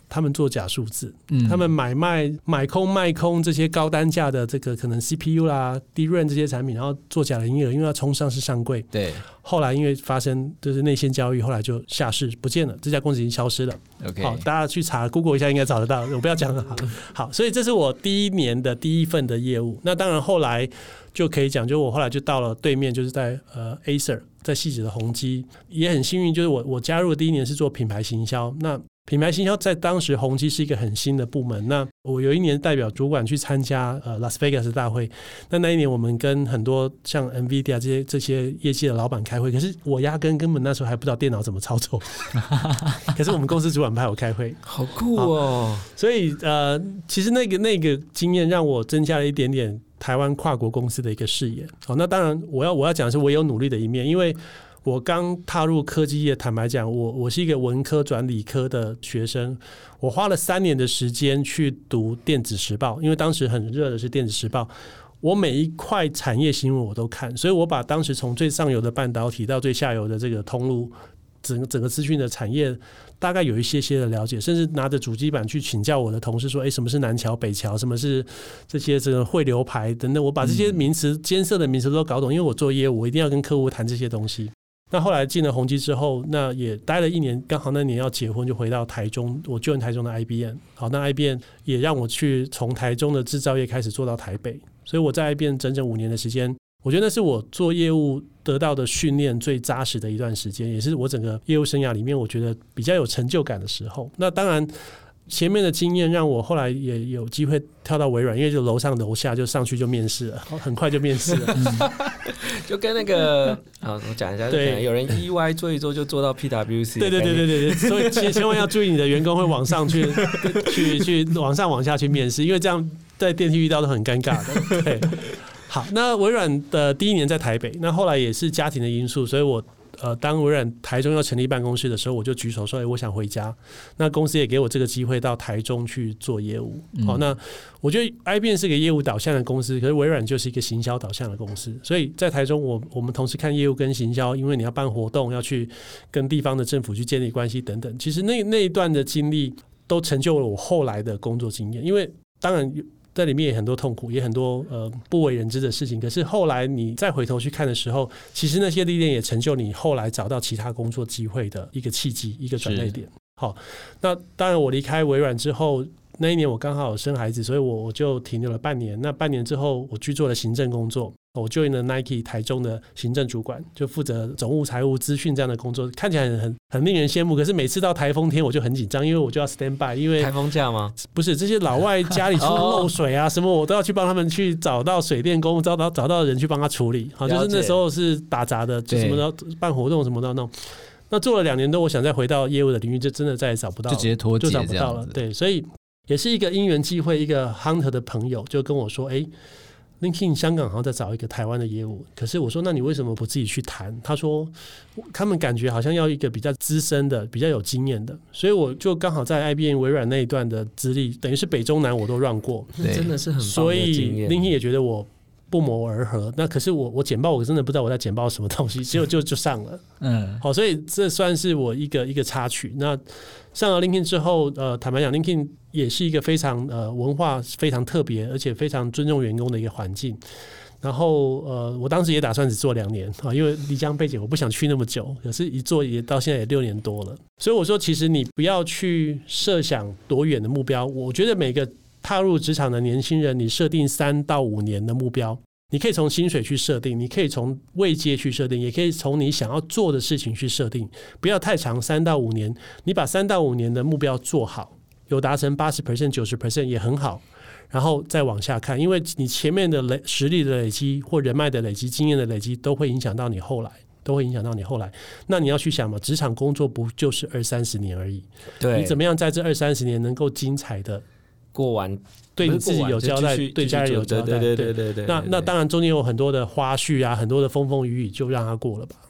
他们做假数字， 嗯， 他们买卖买空卖空这些高单价的这个可能 C P U 啦 D RAM 这些产品，然后做假的营业额，因为要冲上市上柜。 对， 后来因为发生就是内线交易，后来就下市不见了，这家公司已经消失了。 OK， 好，大家去查 Google 一下应该找得到，我不要讲了。好，好，所以这是我第一年的第一份的业务。那当然后来就可以讲，就我后来就到了对面，就是在呃 Acer， 在汐止的宏基，也很幸运，就是我我加入的第一年是做品牌行销。那品牌行销在当时宏基是一个很新的部门，那我有一年代表主管去参加呃 Las Vegas 大会，那那一年我们跟很多像 NVIDIA 这些这些业界的老板开会，可是我压根根本那时候还不知道电脑怎么操作，可是我们公司主管派我开会， 好酷哦！ 所以呃，其实那个那个经验让我增加了一点点台湾跨国公司的一个视野。好，那当然我要我要讲的是我也有努力的一面，因为我刚踏入科技业，坦白讲，我我是一个文科转理科的学生，我花了三年的时间去读电子时报，因为当时很热的是电子时报，我每一块产业新闻我都看，所以我把当时从最上游的半导体到最下游的这个通路，整个整个资讯的产业大概有一些些的了解，甚至拿着主机板去请教我的同事说，哎，什么是南桥北桥，什么是这些这个汇流牌等等，我把这些名词艰涩的名词都搞懂，因为我做业务我一定要跟客户谈这些东西。那后来进了宏基之后，那也待了一年，刚好那年要结婚，就回到台中，我就任台中的 I B M。好，那 I B M 也让我去从台中的制造业开始做到台北，所以我在 I B M 整整五年的时间，我觉得那是我做业务得到的训练最扎实的一段时间，也是我整个业务生涯里面我觉得比较有成就感的时候。那当然前面的经验让我后来也有机会跳到微软，因为就楼上楼下就上去就面试了，很快就面试了。 就跟那个啊，我讲一下，对，有人意外做一做就做到 P W C， 对对对对对，所以千万要注意你的员工会往上去去去往上往下去面试，因为这样在电梯遇到都很尴尬的。对，好，那微软的第一年在台北，那后来也是家庭的因素，所以我。呃，当微软台中要成立办公室的时候，我就举手说：“哎、欸，我想回家。”那公司也给我这个机会到台中去做业务。嗯、好，那我觉得 I B M 是个业务导向的公司，可是微软就是一个行销导向的公司。所以在台中我，我我们同时看业务跟行销，因为你要办活动，要去跟地方的政府去建立关系等等。其实那那一段的经历都成就了我后来的工作经验。因为当然。在里面也很多痛苦，也很多呃不为人知的事情。可是后来你再回头去看的时候，其实那些历练也成就你后来找到其他工作机会的一个契机，一个转捩点。好，那当然我离开微软之后，那一年我刚好有生孩子，所以我我就停留了半年。那半年之后，我去做了行政工作。我 join 了 Nike 台中的行政主管，就负责总务、财务、资讯这样的工作，看起来很很很令人羡慕。可是每次到台风天，我就很紧张，因为我就要 stand by， 因为台风假吗？ 不是，这些老外家里出漏水啊什么，我都要去帮他们去找到水电工，找到找到人去帮他处理。好，就是那时候是打杂的，就什么都办活动，什么都要弄。那做了两年多，我想再回到业务的领域，就真的再也找不到了， 就直接脱节， 就找不到了。对，所以也是一个因缘际会，一个 hunter 的朋友就跟我说，哎。LinkedIn 香港好像在找一个台湾的业务，可是我说那你为什么不自己去谈？他说他们感觉好像要一个比较资深的、比较有经验的，所以我就刚好在 I B M 微软那一段的资历，等于是北中南我都让过， 真的是很棒的经验。 所以 LinkedIn 也觉得我不谋而合。那可是我我简报我真的不知道我在简报什么东西，结果就就上了。嗯，好，所以这算是我一个一个插曲。那上了 LinkedIn 之后，呃，坦白讲 ，LinkedIn 也是一个非常呃文化非常特别，而且非常尊重员工的一个环境。然后呃，我当时也打算只做两年啊，因为离乡背景，我不想去那么久。可是，一做也到现在也六年多了。所以我说，其实你不要去设想多远的目标。我觉得每个踏入职场的年轻人，你设定三到五年的目标。你可以从薪水去设定，你可以从位阶去设定，也可以从你想要做的事情去设定，不要太长，三到五年。你把三到五年的目标做好，有达成 百分之八十、九十 也很好，然后再往下看，因为你前面的累实力的累积或人脉的累积、经验的累积，都会影响到你后来，都会影响到你后来。那你要去想嘛，职场工作不就是二三十年而已？对，你怎么样在这二三十年能够精彩的过完？ 对你自己有交代，对家人有交代， 对对对对。 那那当然中间有很多的花絮啊，很多的风风雨雨，就让它过了吧。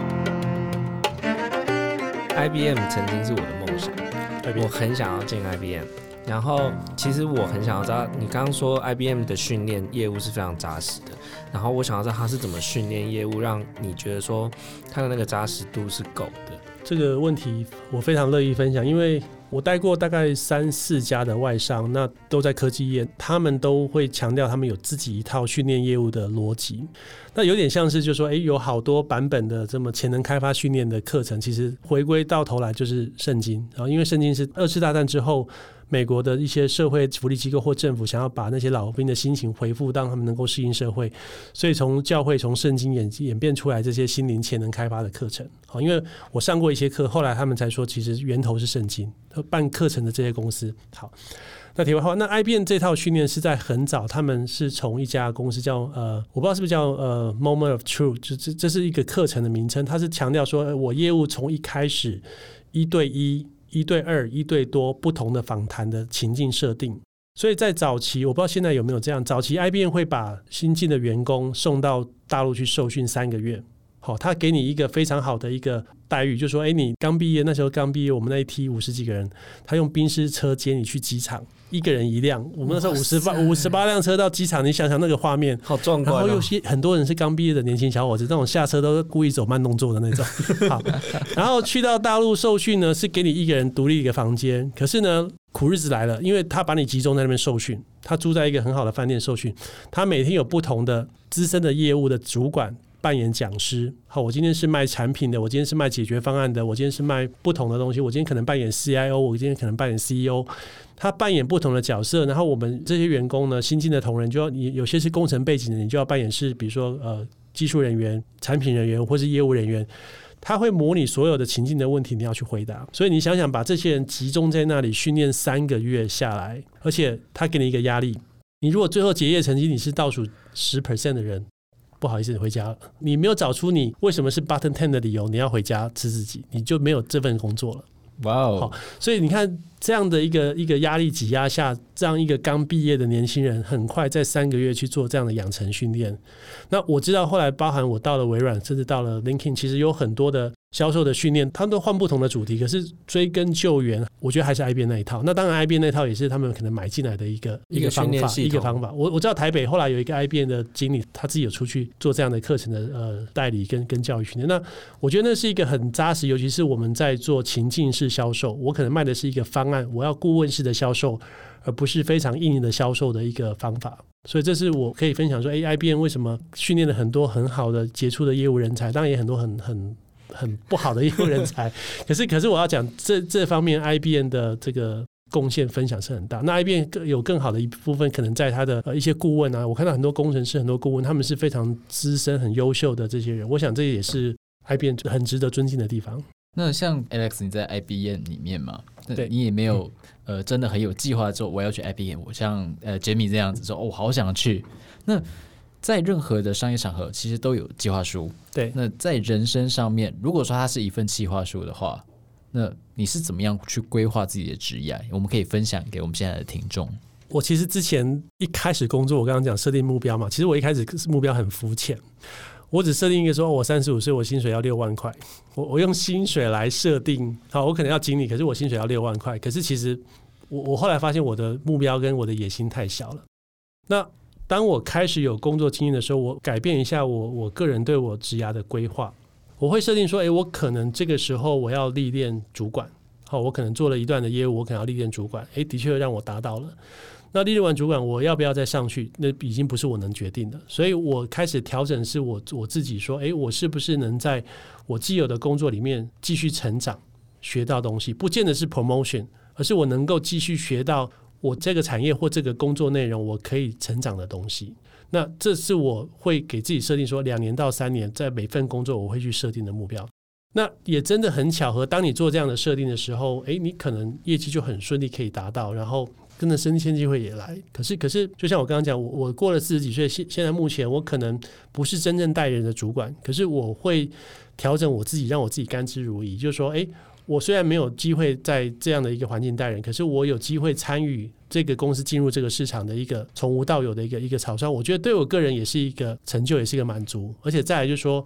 I B M 曾经是我的梦想，我很想要进 I B M。 然后其实我很想要知道，你刚刚说 I B M 的训练业务是非常扎实的，然后我想要知道他是怎么训练业务，让你觉得说他的那个扎实度是够的。 这个问题我非常乐意分享，因为我带过大概三四家的外商，那都在科技业，他们都会强调他们有自己一套训练业务的逻辑。那有点像是就是说，哎，有好多版本的这么潜能开发训练的课程，其实回归到头来就是圣经。然后因为圣经是二次大战之后美国的一些社会福利机构或政府想要把那些老兵的心情恢复，让他们能够适应社会，所以从教会从圣经 演, 演变出来这些心灵潜能开发的课程。好，因为我上过一些课，后来他们才说其实源头是圣经，办课程的这些公司。好，那题外话，那 I B M 这套训练是在很早，他们是从一家公司叫呃，我不知道是不是叫呃 Moment of Truth， 就 这, 这是一个课程的名称，它是强调说我业务从一开始一对一、一对二、一对多不同的访谈的情境设定。所以在早期，我不知道现在有没有这样，早期 I B M 会把新进的员工送到大陆去受训三个月。好，他给你一个非常好的一个待遇，就说哎，你刚毕业，那时候刚毕业，我们那一梯五十几个人，他用宾士车接你去机场，一个人一辆，我们那时候五十八五十八辆车到机场，你想想那个画面， 好壮观、哦。 然后有些很多人是刚毕业的年轻小伙子，那种下车都是故意走慢动作的那种。好，然后去到大陆受训呢，是给你一个人独立一个房间，可是呢，苦日子来了，因为他把你集中在那边受训，他住在一个很好的饭店受训，他每天有不同的资深的业务的主管扮演讲师。好，我今天是卖产品的，我今天是卖解决方案的，我今天是卖不同的东西，我今天可能扮演 C I O， 我今天可能扮演 C E O， 他扮演不同的角色。然后我们这些员工呢，新进的同仁就要，你有些是工程背景的，你就要扮演是比如说呃技术人员、产品人员或是业务人员，他会模拟所有的情境的问题，你要去回答。所以你想想，把这些人集中在那里训练三个月下来，而且他给你一个压力，你如果最后结业成绩你是倒数 百分之十 的人，不好意思，你回家了。你没有找出你为什么是 bottom ten 的理由，你要回家吃自己，你就没有这份工作了。 哇哦！ 好，所以你看这样的一个一个压力挤压下，这样一个刚毕业的年轻人，很快在三个月去做这样的养成训练。那我知道后来包含我到了微软，甚至到了 LinkedIn， 其实有很多的销售的训练，他们都换不同的主题，可是追根究源，我觉得还是 I B M 那一套。那当然 I B M 那一套也是他们可能买进来的一个一个方法，一个方法。我我知道台北后来有一个 I B M 的经理，他自己有出去做这样的课程的呃代理跟跟教育训练。那我觉得那是一个很扎实，尤其是我们在做情境式销售，我可能卖的是一个方案，我要顾问式的销售，而不是非常硬的销售的一个方法。所以这是我可以分享说，哎 ，I B M 为什么训练了很多很好的杰出的业务人才，当然也很多很很很不好的业务人才。可是可是我要讲这这方面 I B M 的这个贡献分享是很大。那 I B M 有更好的一部分，可能在他的、呃、一些顾问啊，我看到很多工程师、很多顾问，他们是非常资深、很优秀的这些人。我想这也是 I B M 很值得尊敬的地方。 那像 Alex 你在 I B M 里面嘛， 对， 你也没有、嗯、呃真的很有计划之后我要去 I B M， 我像呃 Jamie 这样子说，哦，我好想去。那在任何的商业场合其实都有计划书， 对。 那在人生上面，如果说它是一份计划书的话，那你是怎么样去规划自己的职业？我们可以分享给我们现在的听众。 我其实之前一开始工作，我刚刚讲设定目标嘛，其实我一开始目标很肤浅。我只设定一个说，我三十五岁，我薪水要六万块。我我用薪水来设定，好，我可能要经理，可是我薪水要六万块。可是其实我我后来发现我的目标跟我的野心太小了。那当我开始有工作经验的时候，我改变一下我我个人对我职涯的规划。我会设定说，哎，我可能这个时候我要历练主管，好，我可能做了一段的业务，我可能要历练主管，哎，的确让我达到了。那历练完主管，我要不要再上去？那已经不是我能决定的，所以我开始调整，是我我自己说，哎，我是不是能在我既有的工作里面继续成长，学到东西，不见得是 promotion， 而是我能够继续学到我这个产业或这个工作内容我可以成长的东西。那这是我会给自己设定说，两年到三年，在每份工作我会去设定的目标。那也真的很巧合，当你做这样的设定的时候，哎，你可能业绩就很顺利可以达到，然后跟着升迁机会也来。可是可是就像我刚刚讲，我我过了四十几岁，现现在目前我可能不是真正带人的主管，可是我会调整我自己，让我自己甘之如饴。就是说，哎，我虽然没有机会在这样的一个环境带人，可是我有机会参与这个公司进入这个市场的一个从无到有的一个一个草创，我觉得对我个人也是一个成就，也是一个满足。而且再来就是说，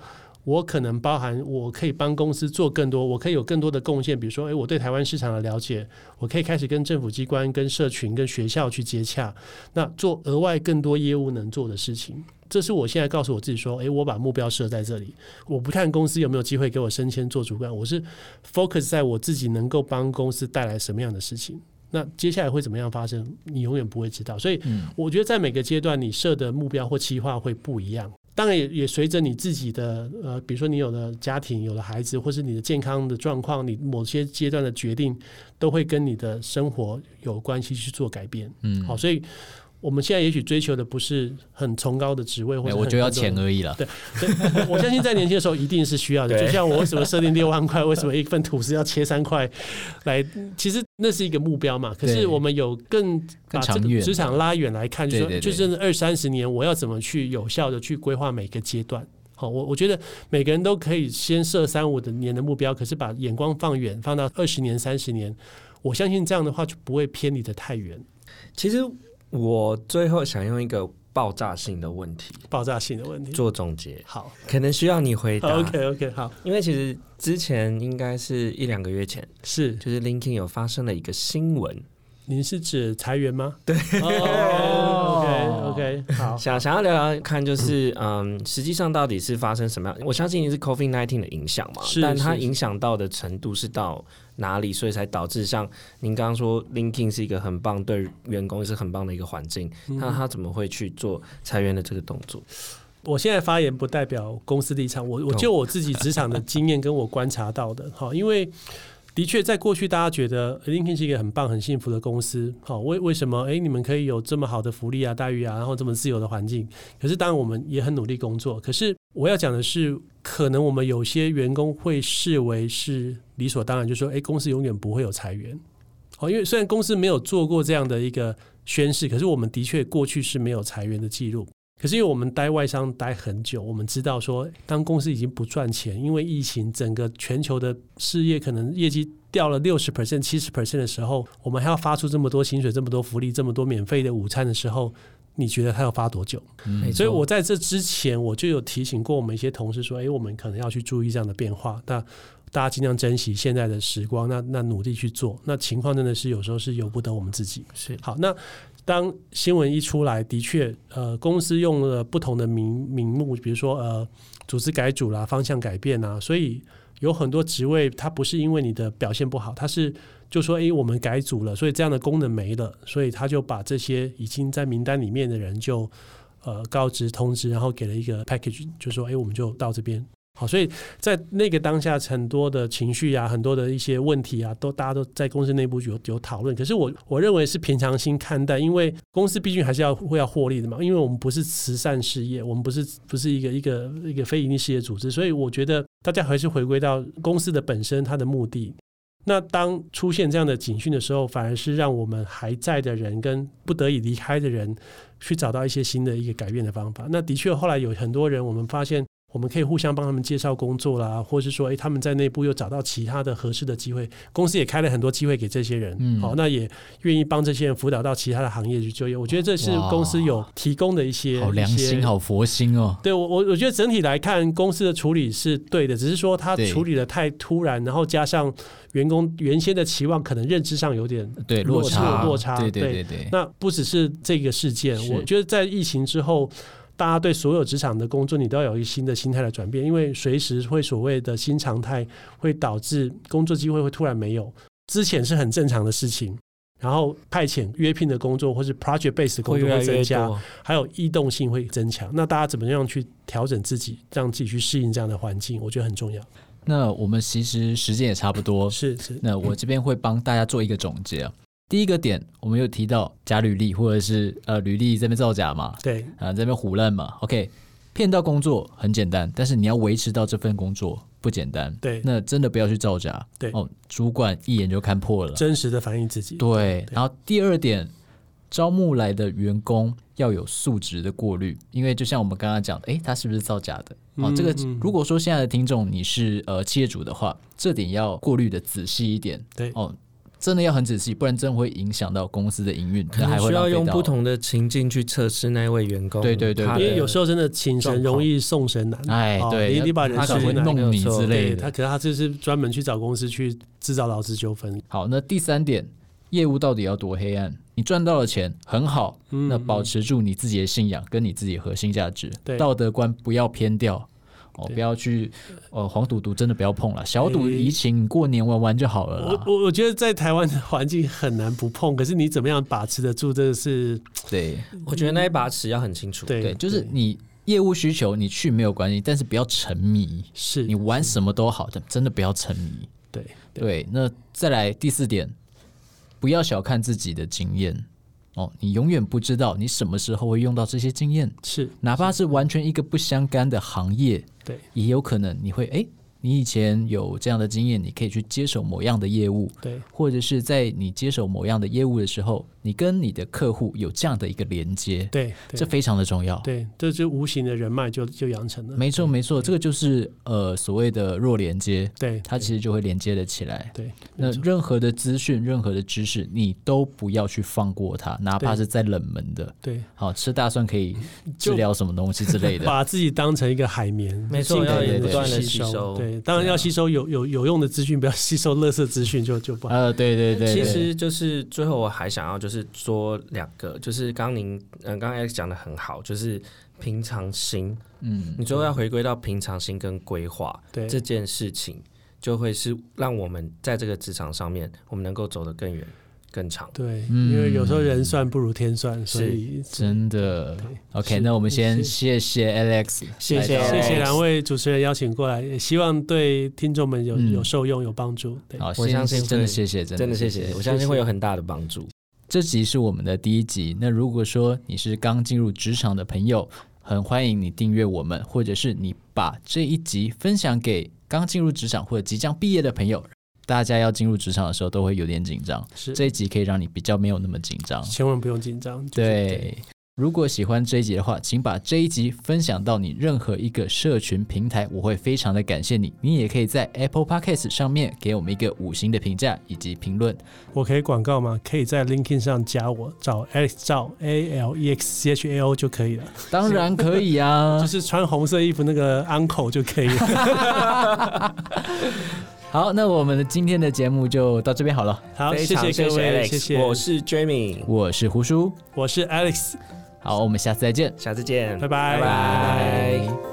我可能包含我可以帮公司做更多，我可以有更多的贡献，比如说，诶，我对台湾市场的了解，我可以开始跟政府机关、跟社群、跟学校去接洽，那做额外更多业务能做的事情。这是我现在告诉我自己说，诶，我把目标设在这里，我不看公司有没有机会给我升迁做主管，我是 focus 在我自己能够帮公司带来什么样的事情。那接下来会怎么样发生，你永远不会知道。所以我觉得在每个阶段你设的目标或计划会不一样，当然 也, 也随着你自己的呃，比如说你有了家庭，有了孩子，或是你的健康的状况，你某些阶段的决定都会跟你的生活有关系去做改变。嗯，好，所以我们现在也许追求的不是很崇高的职位，或者我就要钱而已了。 对，我相信在年轻的时候一定是需要的。就像我为什么设定六万块，为什么一份吐司要切三块来，其实那是一个目标嘛。可是我们有更把这个职场拉远来看，就是说，就真的二三十年，我要怎么去有效的去规划每个阶段。好，我我觉得每个人都可以先设三五的年的目标，可是把眼光放远，放到二十年、三十年，我相信这样的话就不会偏离得太远。 其实我最后想用一个爆炸性的问题， 爆炸性的问题做总结。 好， 可能需要你回答。 OK OK 好， 因为其实之前应该是一两个月前， 是就是 LinkedIn 有发生了一个新闻。 您是指裁员吗？ 对。 哦 OK OK 好， 想想要聊聊看，就是嗯，实际上到底是发生什么样？我相信是 COVID 十九 的影响嘛，但它影响到的程度是到哪里，所以才导致像您刚刚说 LinkedIn 是一个很棒，对员工也是很棒的一个环境，那他怎么会去做裁员的这个动作？ 我现在发言不代表公司立场，我我就我自己职场的经验跟我观察到的，好，因为的确在过去大家觉得 LinkedIn 是一个很棒很幸福的公司，好，为为什么诶你们可以有这么好的福利啊待遇啊，然后这么自由的环境？可是当然我们也很努力工作，可是我要讲的是，可能我们有些员工会视为是理所当然，就是说诶公司永远不会有裁员，好，因为虽然公司没有做过这样的一个宣示，可是我们的确过去是没有裁员的记录。可是因为我们待外商待很久，我们知道说当公司已经不赚钱，因为疫情整个全球的事业可能业绩掉了 百分之六十 百分之七十 的时候，我们还要发出这么多薪水这么多福利这么多免费的午餐的时候，你觉得他要发多久？嗯，所以我在这之前我就有提醒过我们一些同事说，哎，我们可能要去注意这样的变化，那大家尽量珍惜现在的时光，那那努力去做，那情况真的是有时候是由不得我们自己。 是好，那当新闻一出来，的确，呃，公司用了不同的名名目，比如说呃，组织改组啦，方向改变啊，所以有很多职位，它不是因为你的表现不好，它是就说，哎，我们改组了，所以这样的功能没了，所以他就把这些已经在名单里面的人就呃告知通知，然后给了一个 package， 就说，哎，我们就到这边。好，所以在那个当下，很多的情绪啊，很多的一些问题啊，都大家都在公司内部有有讨论。可是我我认为是平常心看待，因为公司毕竟还是要会要获利的嘛。因为我们不是慈善事业，我们不是不是一个一个一个非营利事业组织，所以我觉得大家还是回归到公司的本身，它的目的。那当出现这样的警讯的时候，反而是让我们还在的人跟不得已离开的人去找到一些新的一个改变的方法。那的确后来有很多人，我们发现我们可以互相帮他们介绍工作啦，或是说，哎，他们在内部又找到其他的合适的机会，公司也开了很多机会给这些人，嗯，好，那也愿意帮这些人辅导到其他的行业去就业。我觉得这是公司有提供的一些好良心、好佛心哦。 对，我我觉得整体来看，公司的处理是对的，只是说他处理的太突然，然后加上员工原先的期望，可能认知上有点对落差， 落差， 对对对对。 那不只是这个事件，我觉得在疫情之后，大家对所有职场的工作，你都要有一个新的心态的转变，因为随时会所谓的新常态，会导致工作机会会突然没有。之前是很正常的事情，然后派遣约聘的工作或是 project based 的工作会增加，还有异动性会增强。那大家怎么样去调整自己，让自己去适应这样的环境，我觉得很重要。 那我们其实时间也差不多， 是是。 那我这边会帮大家做一个总结啊。第一个点，我们有提到假履历或者是呃履历这边造假嘛， 对啊、呃、这边唬烂嘛 ，OK， 骗到工作很简单，但是你要维持到这份工作不简单， 对， 那真的不要去造假， 对哦，主管一眼就看破了， 真实的反映自己， 对。 对， 然后第二点，招募来的员工要有素质的过滤，因为就像我们刚刚讲的，诶，他是不是造假的？哦，这个如果说现在的听众你是呃企业主的话，这点要过滤的仔细一点， 对哦。 真的要很仔细，不然真的会影响到公司的营运， 可能需要用不同的情境去测试那位员工。 对对对， 因为有时候真的请神容易送神难。 哎，对， 你你把人他可能会弄你之类的， 他可能他就是专门去找公司去制造劳资纠纷。 好，那第三点，业务到底要多黑暗？你赚到了钱很好，嗯、那保持住你自己的信仰跟你自己的核心价值，道德观不要偏掉。哦，不要去，呃，黄赌毒真的不要碰了，小赌怡情，你过年玩玩就好了啦。 我我我觉得在台湾的环境很难不碰，可是你怎么样把持得住，这个是对。 我觉得那一把尺要很清楚。 对， 对，就是你业务需求你去没有关系，但是不要沉迷。 是你玩什么都好，但真的不要沉迷。 对对, 对，那再来第四点，不要小看自己的经验。哦，你永远不知道你什么时候会用到这些经验， 是哪怕是完全一个不相干的行业， 对， 也有可能你会哎，你以前有这样的经验，你可以去接手某样的业务， 对， 或者是在你接手某样的业务的时候，你跟你的客户有这样的一个连接， 对， 这非常的重要， 对，这就无形的人脉就就养成了， 没错没错，这个就是呃所谓的弱连接， 对， 它其实就会连接的起来， 对， 那任何的资讯、任何的知识，你都不要去放过它，哪怕是再冷门的， 对， 好吃大蒜可以治疗什么东西之类的， 把自己当成一个海绵， 没错，要不断的吸收， 对，当然要吸收有有有用的资讯，不要吸收垃圾资讯就就不好。 呃，对对 对, 对， 其实就是最后我还想要就是说两个，就是刚您嗯刚才讲的很好，就是平常心，嗯，你最后要回归到平常心跟规划这件事情，就会是让我们在这个职场上面，我们能够走得更远。更长， 对，嗯、因为有时候人算不如天算，所以真的。OK， 那我们先谢谢 Alex， 谢谢谢谢两位主持人邀请过来，也希望对听众们有、嗯、有受用有帮助。对， 好， 我相信真的谢谢， 真的谢谢，我相信会有很大的帮助。 这集是我们的第一集，那如果说你是刚进入职场的朋友，很欢迎你订阅我们，或者是你把这一集分享给刚进入职场或者即将毕业的朋友。大家要进入职场的时候都会有点紧张，这一集可以让你比较没有那么紧张， 千万不用紧张。 对，对，如果喜欢这一集的话，请把这一集分享到你任何一个社群平台，我会非常的感谢你。你也可以在 Apple Podcast 上面给我们一个五星的评价以及评论。 我可以广告吗？可以在 LinkedIn 上加我，找 Alex 赵 A L E X C H A O 就可以了。 当然可以啊， 就是穿红色衣服那个 uncle 就可以了。 好，那我们今天的节目就到这边好了。 好，谢谢各位，谢谢。 我是 Jamie， 我是胡叔， 我是 Alex。 好，我们下次再见， 下次见， 拜拜， 拜拜。